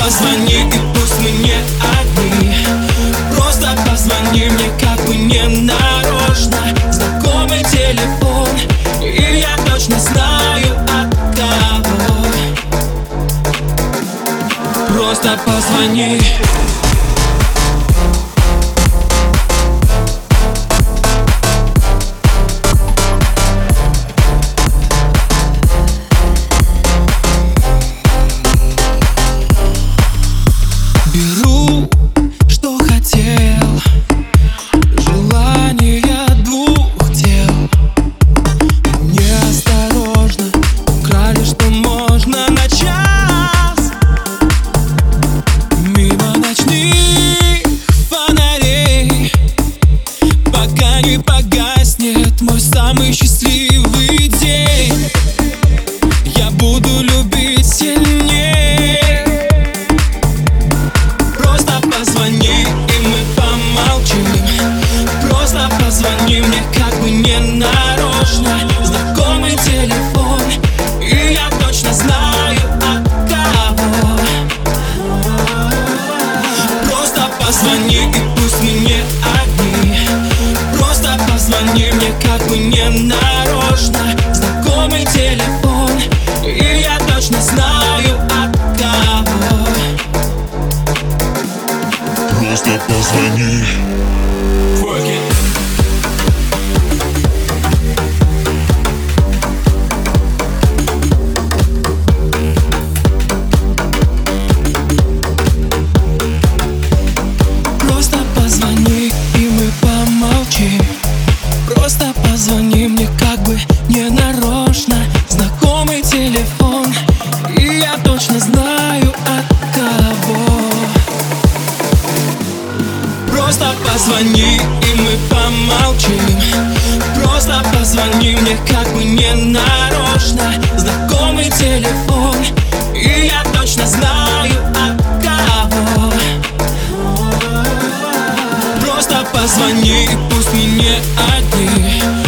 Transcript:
позвони, и пусть мы не одни. Просто позвони мне, как бы не нарочно. Знакомый телефон, и я точно знаю, от кого. Просто позвони. Беру, что хотел, желание двух тел. Неосторожно украли, что можно на час. Мимо ночных фонарей, пока не погаснет мой самый счастливый день. Я буду любить сильнее. Просто позвони, и мы помолчим. Просто позвони мне, как бы не нарочно. Знакомый телефон, и я точно знаю, от кого. Просто позвони, и пусть мы не одни. Просто позвони мне, как бы не нарочно. Знакомый телефон, и я точно знаю, от кого. Просто позвони. Work it. Просто позвони, и мы помолчим. Просто позвони мне, как бы не нарочно. Знакомый телефон, и я точно знаю, от кого. Просто позвони, и мы помолчим. Просто позвони мне, как бы не нарочно. Знакомый телефон, и я точно знаю, от кого. Просто позвони, и пусть мы не одни.